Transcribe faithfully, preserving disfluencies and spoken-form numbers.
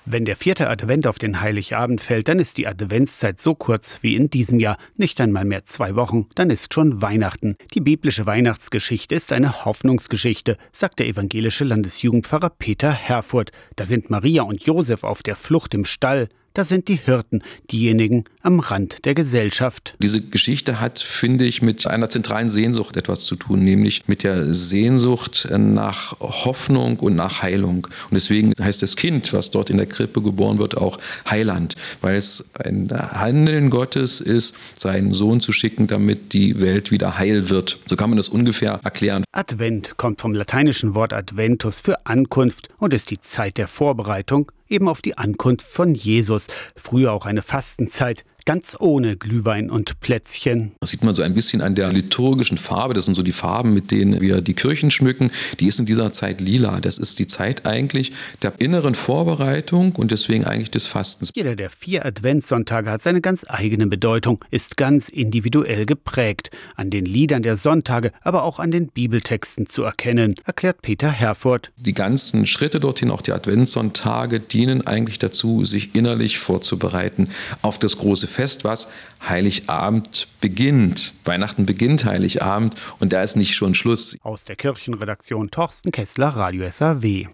Wenn der vierte Advent auf den Heiligabend fällt, dann ist die Adventszeit so kurz wie in diesem Jahr. Nicht einmal mehr zwei Wochen, dann ist schon Weihnachten. Die biblische Weihnachtsgeschichte ist eine Hoffnungsgeschichte, sagt der evangelische Landesjugendpfarrer Peter Herfurth. Da sind Maria und Josef auf der Flucht im Stall. Da sind die Hirten, diejenigen am Rand der Gesellschaft. Diese Geschichte hat, finde ich, mit einer zentralen Sehnsucht etwas zu tun, nämlich mit der Sehnsucht nach Hoffnung und nach Heilung. Und deswegen heißt das Kind, was dort in der Krippe geboren wird, auch Heiland, weil es ein Handeln Gottes ist, seinen Sohn zu schicken, damit die Welt wieder heil wird. So kann man das ungefähr erklären. Advent kommt vom lateinischen Wort Adventus für Ankunft und ist die Zeit der Vorbereitung eben auf die Ankunft von Jesus. Früher auch eine Fastenzeit, ganz ohne Glühwein und Plätzchen. Das sieht man so ein bisschen an der liturgischen Farbe. Das sind so die Farben, mit denen wir die Kirchen schmücken. Die ist in dieser Zeit lila. Das ist die Zeit eigentlich der inneren Vorbereitung und deswegen eigentlich des Fastens. Jeder der vier Adventssonntage hat seine ganz eigene Bedeutung, ist ganz individuell geprägt. An den Liedern der Sonntage, aber auch an den Bibeltexten zu erkennen, erklärt Peter Herfurth. Die ganzen Schritte dorthin, auch die Adventssonntage, dienen eigentlich dazu, sich innerlich vorzubereiten auf das große Fest, was Heiligabend beginnt. Weihnachten beginnt Heiligabend und da ist nicht schon Schluss. Aus der Kirchenredaktion Torsten Kessler, Radio S A W.